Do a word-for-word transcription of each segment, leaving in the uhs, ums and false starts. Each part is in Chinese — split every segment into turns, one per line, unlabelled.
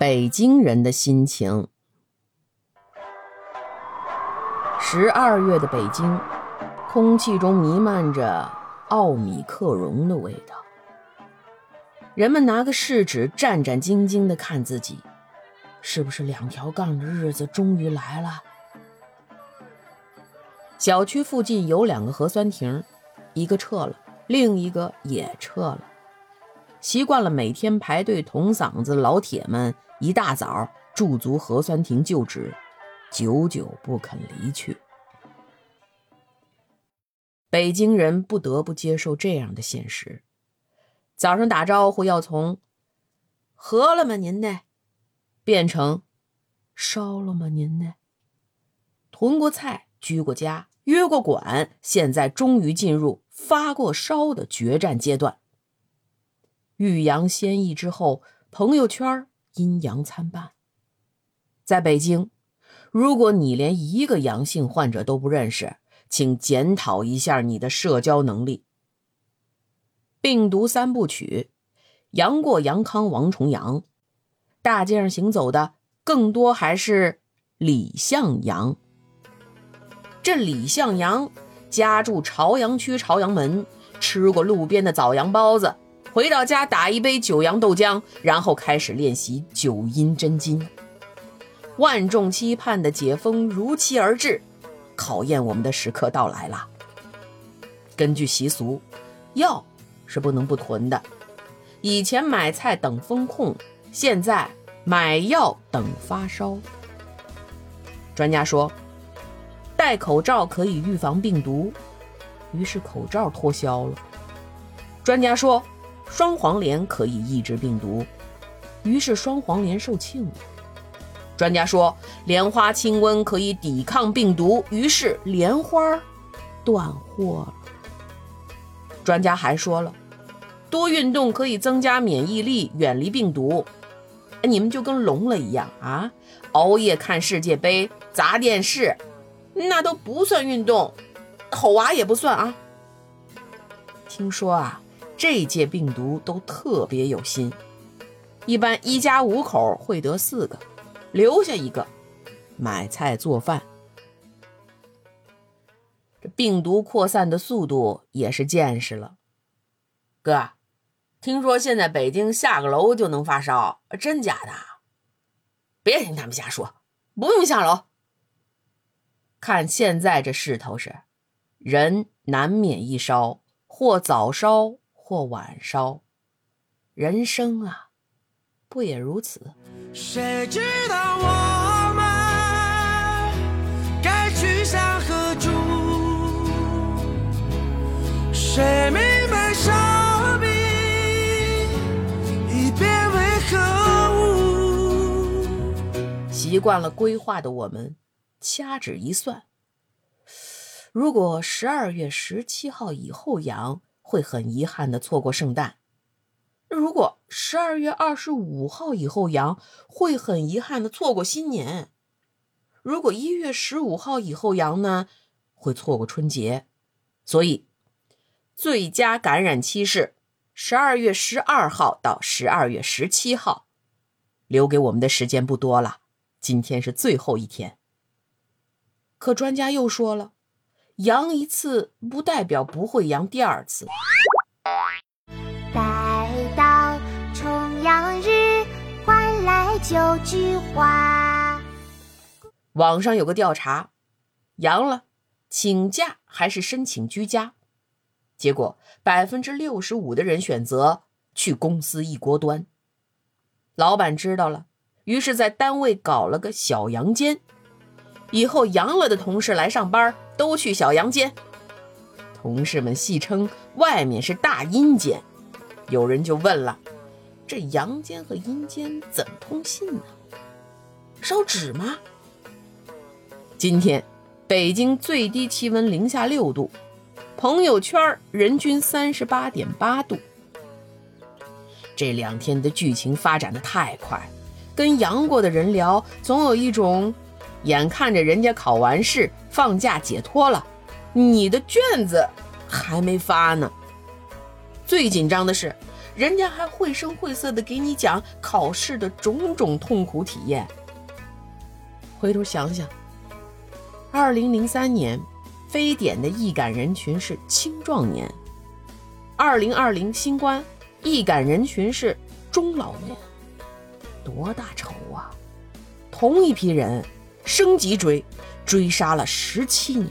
北京人的心情。十二月的北京，空气中弥漫着奥米克戎的味道。人们拿个试纸战战兢兢地看自己，是不是两条杠的日子终于来了？小区附近有两个核酸亭，一个撤了，另一个也撤了。习惯了每天排队捅嗓子老铁们一大早驻足核酸亭就职，久久不肯离去。北京人不得不接受这样的现实，早上打招呼要从喝了吗您呢变成烧了吗您呢，囤过菜，居过家，约过馆，现在终于进入发过烧的决战阶段。欲扬先抑之后，朋友圈阴阳参半。在北京，如果你连一个阳性患者都不认识，请检讨一下你的社交能力。病毒三部曲，杨过、杨康、王重阳，大街上行走的更多还是李向阳。这李向阳家住朝阳区朝阳门，吃过路边的枣阳包子，回到家打一杯九阳豆浆，然后开始练习九阴真经。万众期盼的解封如期而至，考验我们的时刻到来了。根据习俗，药是不能不囤的。以前买菜等风控，现在买药等发烧。专家说，戴口罩可以预防病毒，于是口罩脱销了。专家说，双黄连可以抑制病毒，于是双黄连售罄了。专家说，莲花清瘟可以抵抗病毒，于是莲花断货了。专家还说了，多运动可以增加免疫力，远离病毒。你们就跟聋了一样啊！熬夜看世界杯，砸电视，那都不算运动，吼娃也不算啊。听说啊，这届病毒都特别有心，一般一家五口会得四个，留下一个买菜做饭。这病毒扩散的速度也是见识了。哥，听说现在北京下个楼就能发烧，真假的？别听他们瞎说，不用下楼。看现在这势头是，人难免一烧，或早烧或晚烧。人生啊，不也如此？
谁知道我们该去向何处？谁明白生命已变为何物？
习惯了规划的我们，掐指一算，如果十二月十七号以后阳，会很遗憾地错过圣诞。如果十二月二十五号以后阳，会很遗憾地错过新年。如果一月十五号以后阳呢，会错过春节。所以最佳感染期是十二月十二号到十二月十七号，留给我们的时间不多了，今天是最后一天。可专家又说了，阳一次不代表不会阳第二次。
待到重阳日，换来九句话。
网上有个调查，阳了请假还是申请居家？结果 百分之六十五 的人选择去公司一锅端。老板知道了，于是在单位搞了个小阳间，以后阳了的同事来上班都去小阳间。同事们戏称外面是大阴间。有人就问了，这阳间和阴间怎么通信呢？烧纸吗？今天北京最低气温零下六度，朋友圈人均 三十八点八度。这两天的剧情发展的太快，跟阳过的人聊，总有一种眼看着人家考完试放假解脱了，你的卷子还没发呢。最紧张的是， 人家还绘声绘色的给你讲考试的种种痛苦体验。回头想想，二零零三年非典的易感人群是青壮年，二零二零新冠易感人群是中老年，多大仇啊！同一批人升级追，追杀了十七年，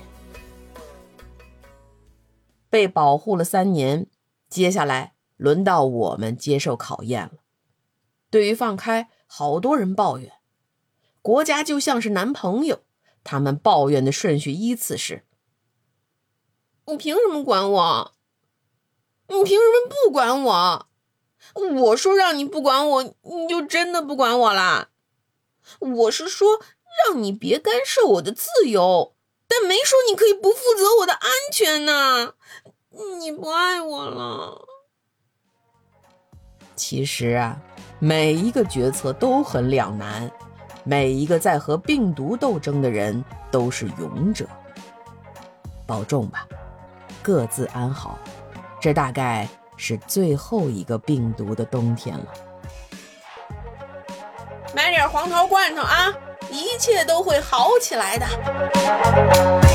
被保护了三年，接下来轮到我们接受考验了。对于放开，好多人抱怨国家就像是男朋友，他们抱怨的顺序依次是：你凭什么管我？你凭什么不管我？我说让你不管我，你就真的不管我啦？我是说让你别干涉我的自由，但没说你可以不负责我的安全呢。你不爱我了。其实啊，每一个决策都很两难，每一个在和病毒斗争的人都是勇者。保重吧，各自安好。这大概是最后一个病毒的冬天了。买点黄桃罐头啊，一切都会好起来的。